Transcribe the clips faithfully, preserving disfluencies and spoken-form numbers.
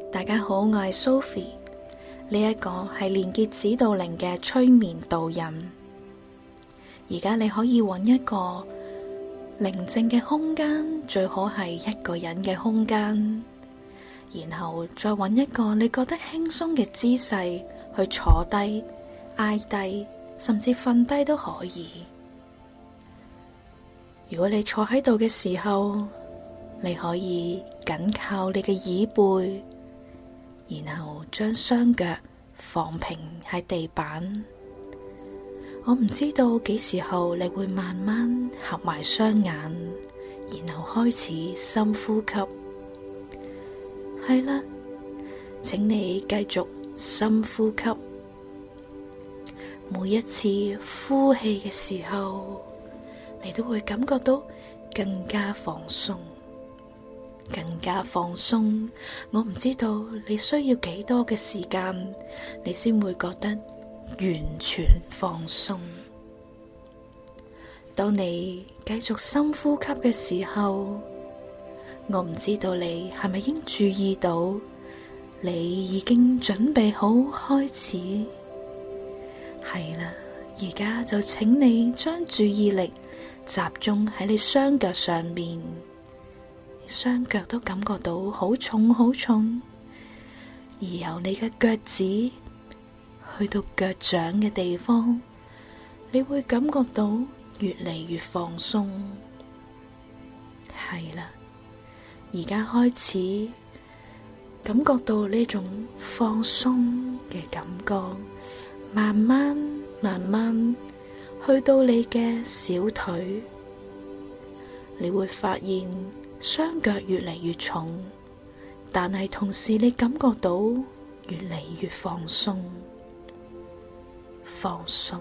大家好，我係 Sophie， 呢一個係連結指導靈嘅催眠導引。而家你可以揾一個寧靜嘅空間，最好係一個人嘅空間，然後再揾一個你覺得輕鬆嘅姿勢去坐低、挨低，甚至瞓低都可以。如果你坐喺度嘅時候，你可以緊靠你嘅椅背，然後將雙腳放平喺地板。我唔知道幾時候你會慢慢合埋雙眼，然後開始深呼吸。係啦，請你繼續深呼吸。每一次呼氣嘅時候，你都會感覺到更加放鬆，更加放鬆。我唔知道你需要幾多嘅時間，你先會覺得完全放鬆。當你繼續深呼吸嘅時候，我唔知道你係咪已經注意到，你已經準備好開始。係啦，而家就請你將注意力集中喺你雙腳上面，雙腳都感覺到好重好重，而由你嘅腳趾去到腳掌嘅地方，你會感覺到越嚟越放鬆。係啦，而家開始感覺到呢種放鬆嘅感覺，慢慢慢慢去到你嘅小腿，你會發現雙腳越嚟越重，但係同時你感覺到越嚟越放鬆，放鬆。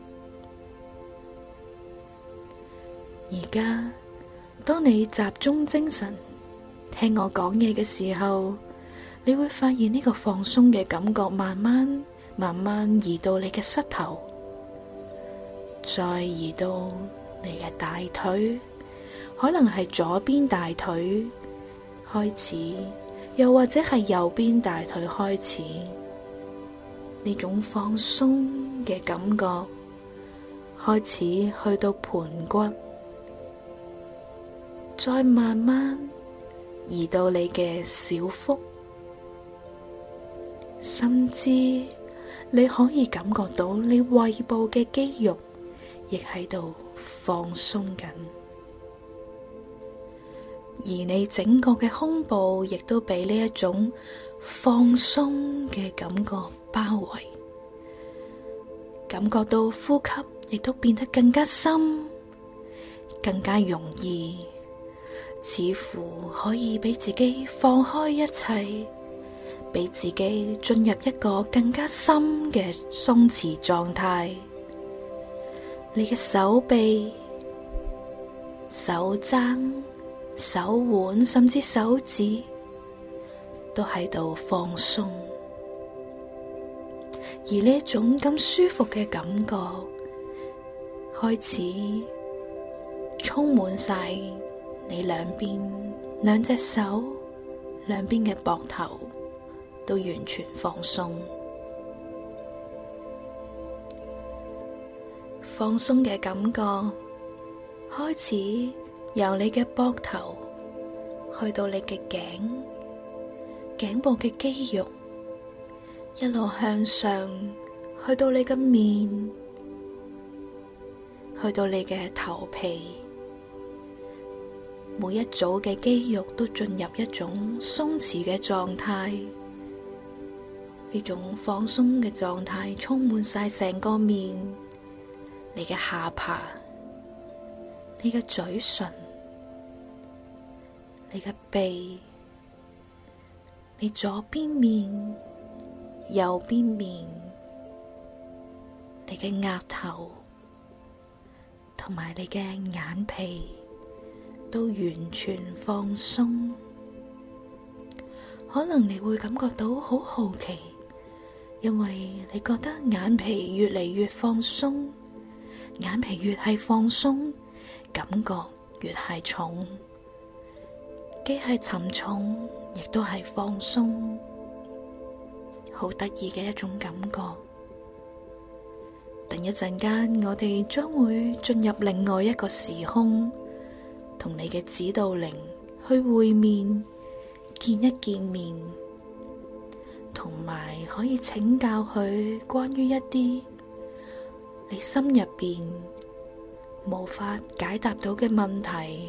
而家當你集中精神聽我講嘢嘅時候，你會發現呢個放鬆嘅感覺慢慢慢慢移到你嘅膝頭，再移到你嘅大腿，可能係左邊大腿開始，又或者係右邊大腿開始。呢種放鬆嘅感覺開始去到盤骨，再慢慢移到你嘅小腹，甚至你可以感覺到你胃部嘅肌肉亦喺度放鬆緊，而你整個嘅胸部亦都被呢一種放鬆嘅感覺包圍，感覺到呼吸亦都變得更加深，更加容易，似乎可以俾自己放開一切，俾自己進入一個更加深嘅鬆弛狀態。你嘅手臂、手踭、手腕甚至手指都喺度放鬆，而呢種咁舒服嘅感覺開始充滿晒你兩邊，兩隻手、兩邊嘅膊頭都完全放鬆。放鬆嘅感覺開始由你嘅膊頭去到你嘅頸，頸部嘅肌肉一路向上，去到你嘅面，去到你嘅頭皮，每一組嘅肌肉都進入一種鬆弛嘅狀態。呢種放鬆嘅狀態充滿晒成個面，你嘅下巴，你嘅嘴唇，你嘅鼻，你左邊面、右邊面，你嘅額頭同埋你嘅眼皮都完全放鬆。可能你會感覺到好好奇，因為你覺得眼皮越嚟越放鬆，眼皮越係放鬆，感覺越係重，既係沉重，亦都係放鬆。 好得意嘅一種感覺。等一陣間，我哋將會進入另外一個時空，同你嘅指導靈去會面，見一見面，同埋可以請教佢關於一啲你心入邊無法解答到嘅問題，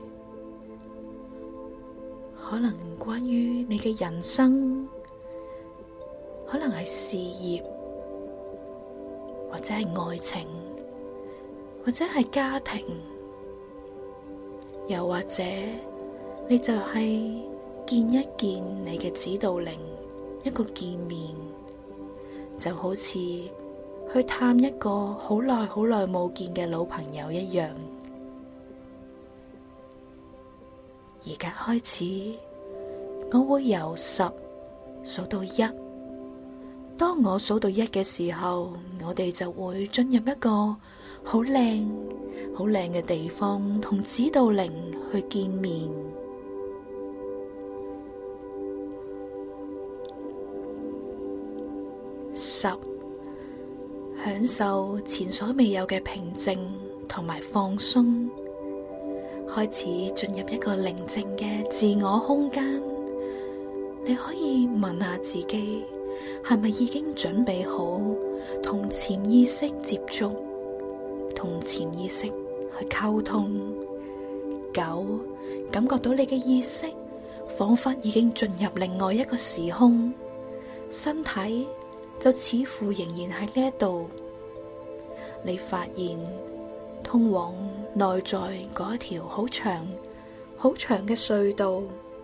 可能關於你嘅人生，可能係事業，或者係愛情，或者係家庭，又或者你就係見一見你嘅指導靈，一個見面，就好似去探一個好耐好耐冇見嘅老朋友一樣。而家開始，我會由十數到一。當我數到一嘅時候，我哋就會進入一個好靚、好靚嘅地方，同指導靈去見面。十，享受前所未有嘅平靜同埋放鬆，開始進入一個寧靜嘅自我空間。你可以問下自己，係咪已經準備好同潛意識接觸，同潛意識去溝通？九，感覺到你嘅意識仿佛已經進入另外一個時空，身體就似乎仍然喺呢一度。你發現通往內在嗰一條好長、好長嘅隧道。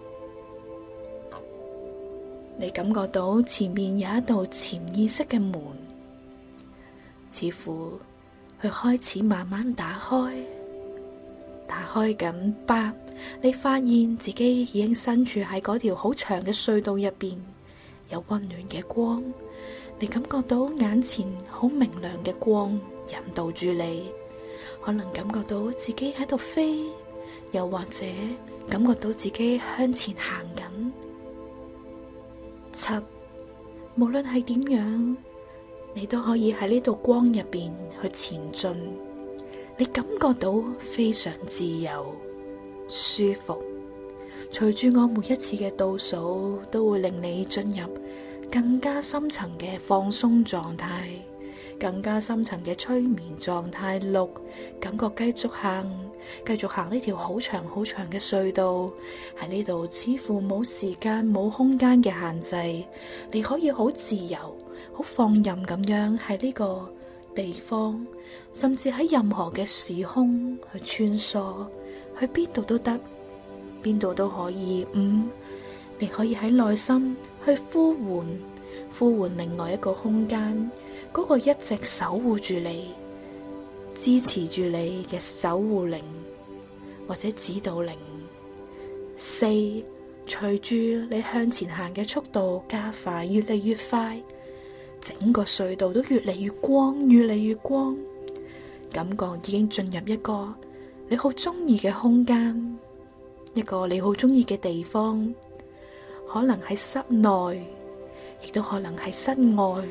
你感覺到前面有一道潛意識嘅門，似乎佢開始慢慢打開，打開緊。八，你發現自己已經身處喺嗰條好長嘅隧道入邊，有溫暖嘅光，你感覺到眼前好明亮嘅光引導住你，可能感覺到自己喺度飛，又或者感覺到自己向前行緊。七，無論係點樣，你都可以喺呢道光入邊去前進，你感覺到非常自由、舒服。隨住我每一次嘅倒數，都會令你進入更加深層嘅放鬆狀態，更加深層嘅催眠狀態。六，感覺繼續行，繼續行呢條好長好長嘅隧道，喺呢度似乎冇時間冇空間嘅限制，你可以好自由、好放任咁樣喺呢個地方，甚至喺任何嘅時空去穿梭，去邊度都得，邊度都可以。五，你可以喺內心去呼喚，呼喚另外一個空間，嗰個一直守護住你、支持住你嘅守護靈或者指導靈。四，隨住你向前行嘅速度加快，越嚟越快，整個隧道都越嚟越光，越嚟越光，感覺已經進入一個你好鍾意嘅空間，一個你好鍾意嘅地方，可能喺室內，亦都可能喺室外。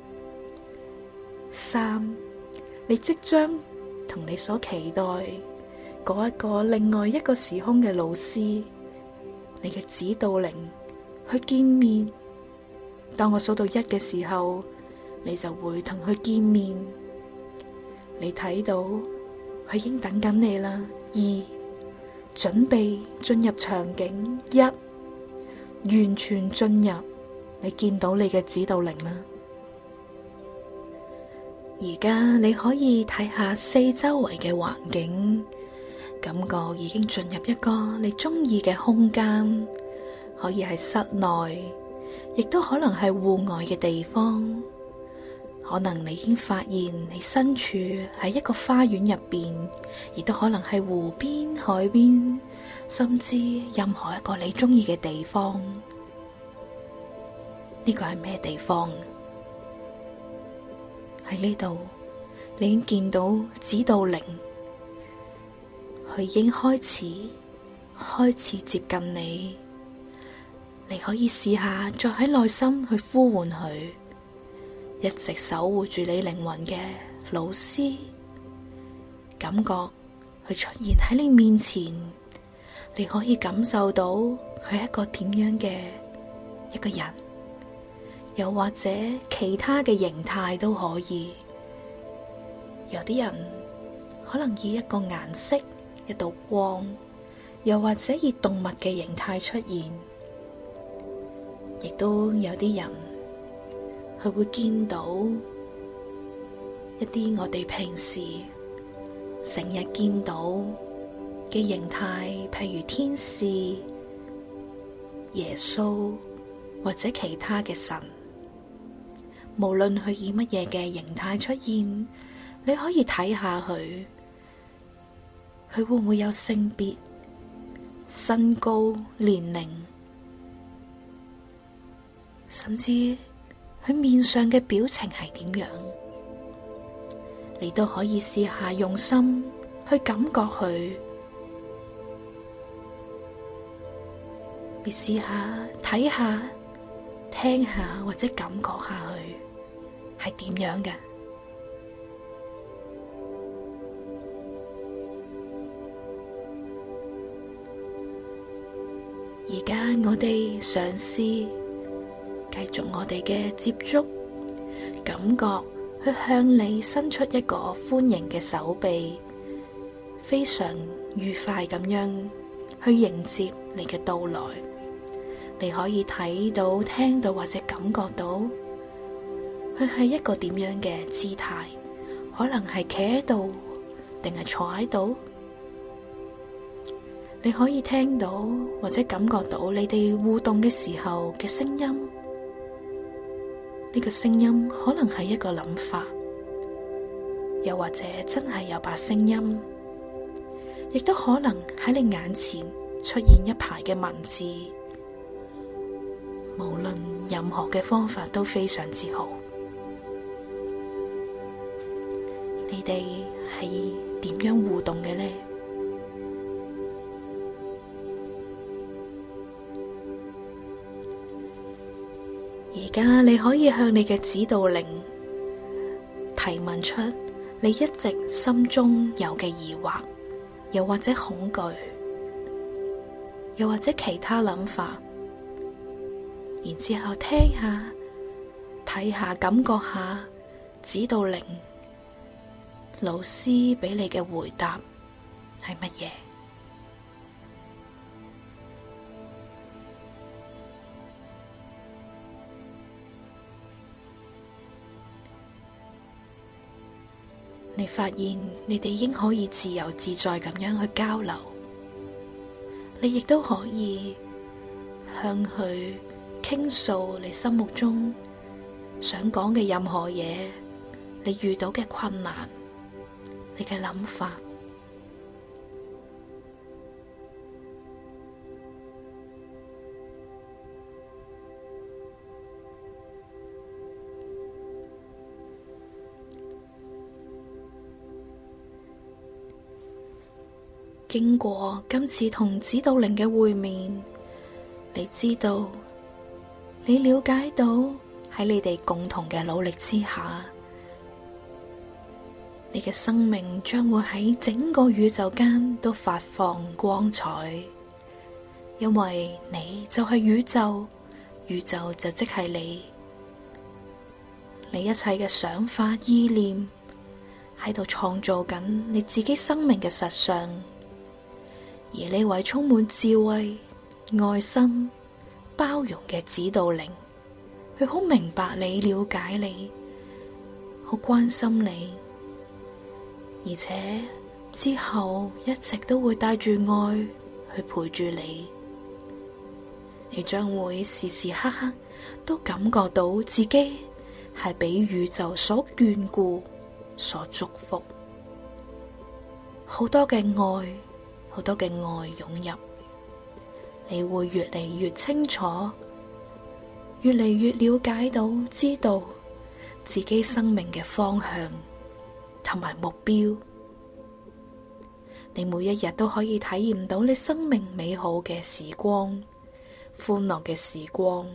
三，你即將同你所期待嗰一個另外一個時空嘅老師，你嘅指導靈去見面。當我數到一嘅時候，你就會同佢見面。你睇到佢已經等緊你啦。二，準備進入場景。一，完全進入，你見到你嘅指導靈啦。而家你可以睇下四周圍嘅環境，感覺已經進入一個你中意嘅空間，可以係室內，亦都可能係戶外嘅地方。可能你已經發現你身處喺一個花園入邊，亦都可能係湖邊、海邊，甚至任何一個你中意嘅地方。呢個係咩地方？喺呢度，你已經見到指導靈，佢已經開始開始接近你。 你可以試下再喺內心去呼喚佢，一直守護住你靈魂嘅老師，感覺佢出現喺你面前，你可以感受到佢係一個點樣嘅一個人，又或者其他嘅形態都可以。有啲人可能以一個顏色、一道光，又或者以動物嘅形態出現，亦都有啲人佢會見到一啲我哋平時成日見到嘅形態，譬如天使、耶穌或者其他嘅神。無論佢以乜嘢嘅形態出現，你可以睇下佢，佢會唔會有性別、身高、年齡，甚至佢面上嘅表情係點樣，你都可以試下用心去感覺佢。你試下睇下、聽下或者感覺下佢係點樣嘅。而家我哋嘗試繼續我哋嘅接觸，感覺去向你伸出一個歡迎嘅手臂，非常愉快咁樣去迎接你嘅到來。你可以睇到、聽到或者感覺到佢係一個點樣嘅姿態，可能係企喺度定係坐喺度。你可以聽到或者感覺到你哋互動嘅時候嘅聲音，呢個聲音可能係一個諗法，又或者真係有把聲音，亦都可能喺你眼前出現一排嘅文字。無論任何嘅方法都非常之好。你哋係點樣互動嘅呢？而家你可以向你嘅指導靈提問出你一直心中有嘅疑惑，又或者恐懼，又或者其他諗法，然之後聽下、睇下、感覺下指導靈老師俾你嘅回答係乜嘢。你發現你哋已經可以自由自在咁樣去交流，你亦都可以向佢傾訴你心目中想講嘅任何嘢，你遇到嘅困難，你嘅諗法。經過今次同指導靈嘅會面，你知道，你了解到喺你哋共同嘅努力之下，你嘅生命將會喺整個宇宙間都發放光彩，因為你就係宇宙，宇宙就即係你，你一切嘅想法意念喺度創造緊你自己生命嘅實相。而呢位充滿智慧、愛心、包容嘅指導靈，佢好明白你、了解你，好關心你，而且之後一直都會帶住愛去陪住你。你將會時時刻刻都感覺到自己係被宇宙所眷顧、所祝福，好多嘅愛。好多嘅愛湧入，你會越嚟越清楚，越嚟越了解到，知道自己生命嘅方向同埋目標。你每一日都可以體驗到你生命美好嘅時光， 歡樂嘅時光。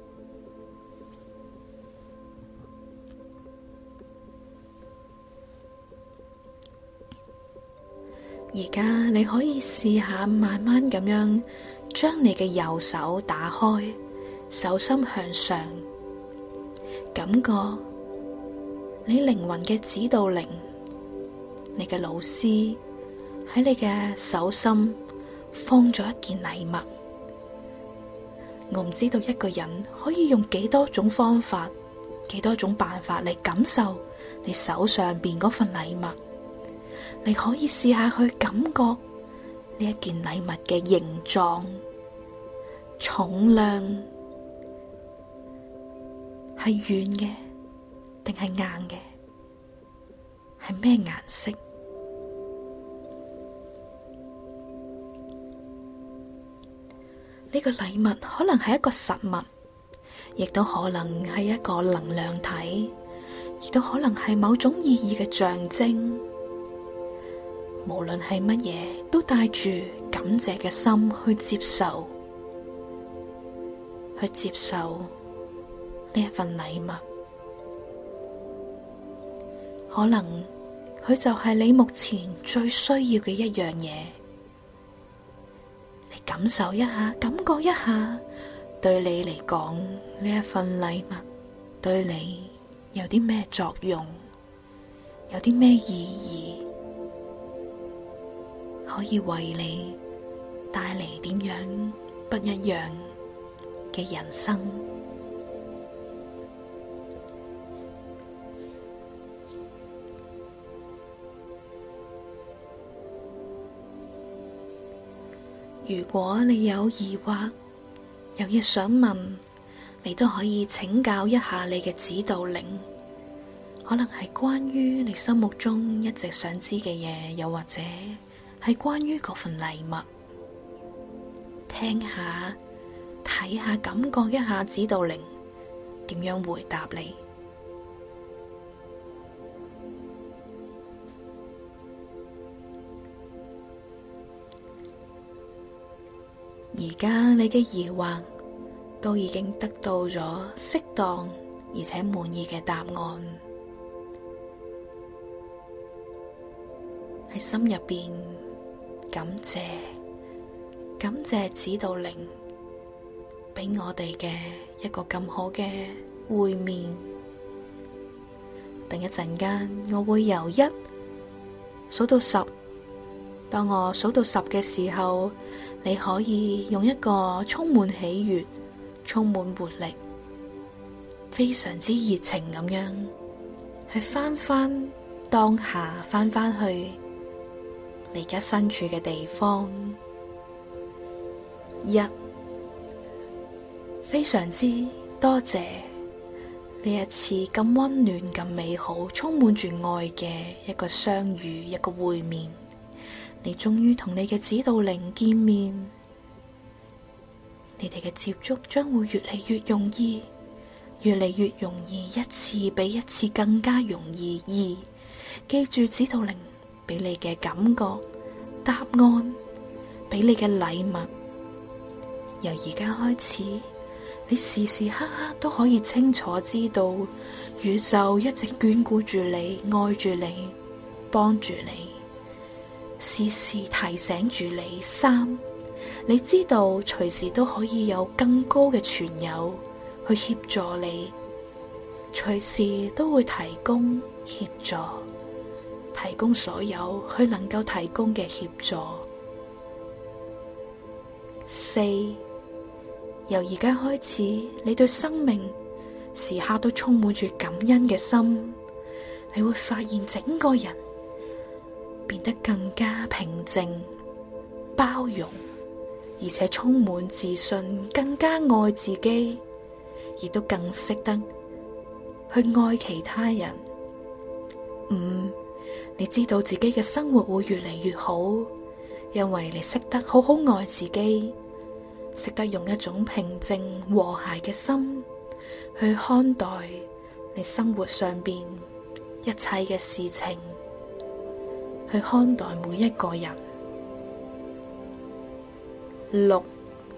而家你可以試下慢慢咁樣將你嘅右手打開，手心向上，感覺你靈魂嘅指導靈，你嘅老師喺你嘅手心放咗一件禮物。我唔知道一個人可以用幾多種方法，幾多種辦法嚟感受你手上邊嗰份禮物。你可以試下去感覺呢一件禮物嘅形狀、重量，係軟嘅定係硬嘅，係咩顏色？呢個禮物可能係一個實物，亦都可能係一個能量體，亦都可能係某種意義嘅象徵。無論係乜嘢，都帶住感謝嘅心去接受，去接受呢一份禮物。可能佢就係你目前最需要嘅一樣嘢。你感受一下，感覺一下，對你嚟講呢一份禮物對你有啲咩作用，有啲咩意義，可以為你帶嚟點樣不一樣嘅人生。如果你有疑惑，有嘢想問，你都可以請教一下你嘅指導靈，可能係關於你心目中一直想知嘅嘢，又或者係關於嗰份禮物。聽下、睇下、感覺一下指導靈點樣回答你。而家你嘅疑惑都已經得到咗適當而且滿意嘅答案，喺心入邊感謝感謝指導靈俾我哋嘅一個咁好嘅會面。等一陣間我會由一數到十，當我數到十嘅時候，你可以用一個充滿喜悅、充滿活力、非常之熱情咁樣去翻翻當下，翻翻去你而家身處嘅地方。一，非常之多謝呢一次咁溫暖、咁美好、充滿住愛嘅一個相遇、一個會面。你終於同你嘅指導靈見面，你哋嘅接觸將會越嚟越容易，越嚟越容易，一次比一次更加容易。二，記住指導靈俾你嘅感覺、答案，俾你嘅禮物。由而家開始，你時時刻刻都可以清楚知道，宇宙一直眷顧住你、愛住你、幫住你。時時提醒住你。三，你知道隨時都可以有更高嘅存有去協助你，隨時都會提供協助，提供所有佢能夠提供嘅協助。四，由而家開始，你對生命時刻都充滿住感恩嘅心，你會發現整個人變得更加平靜、包容，而且充滿自信，更加愛自己，亦都更識得去愛其他人。五，你知道自己嘅生活會越嚟越好，因為你識得好好愛自己，識得用一種平靜和諧嘅心去看待你生活上邊一切嘅事情，去看待每一個人。六，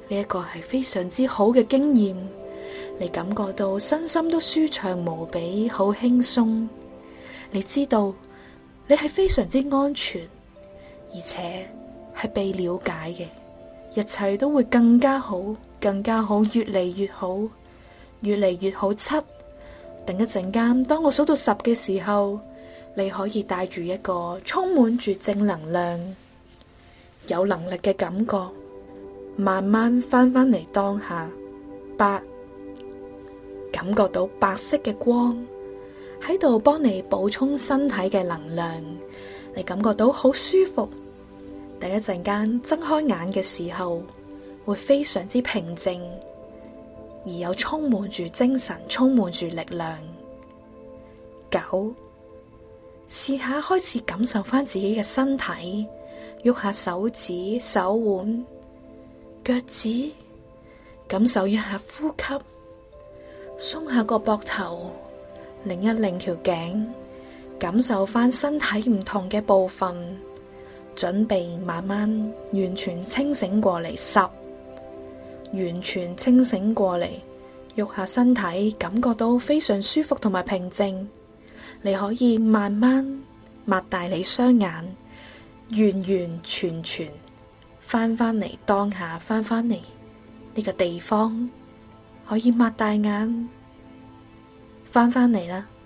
呢一個係非常之好嘅經驗，你感覺到身心都舒暢無比，好輕鬆。你知道你係非常之安全，而且係被了解嘅，一切都會更加好，更加好，越嚟越好，越嚟越好。七，等一陣間，當我數到十嘅時候，你可以帶住一個充滿住正能量、有能力嘅感覺，慢慢翻返嚟當下。八，感覺到白色嘅光喺度幫你補充身體嘅能量，你感覺到好舒服。第一陣間睜開眼嘅時候，會非常之平靜，而又充滿住精神，充滿住力量。九，試下開始感受翻自己嘅身體，喐下手指、手腕、腳趾，感受一下呼吸，鬆下個膊頭，擰一擰條頸，感受翻身體唔同嘅部分，準備慢慢完全清醒過嚟。十，完全清醒過嚟，喐下身體，感覺到非常舒服同埋平靜。你可以慢慢擘大你雙眼，完完全全翻返嚟當下，翻返嚟呢個地方，可以擘大眼翻返嚟啦。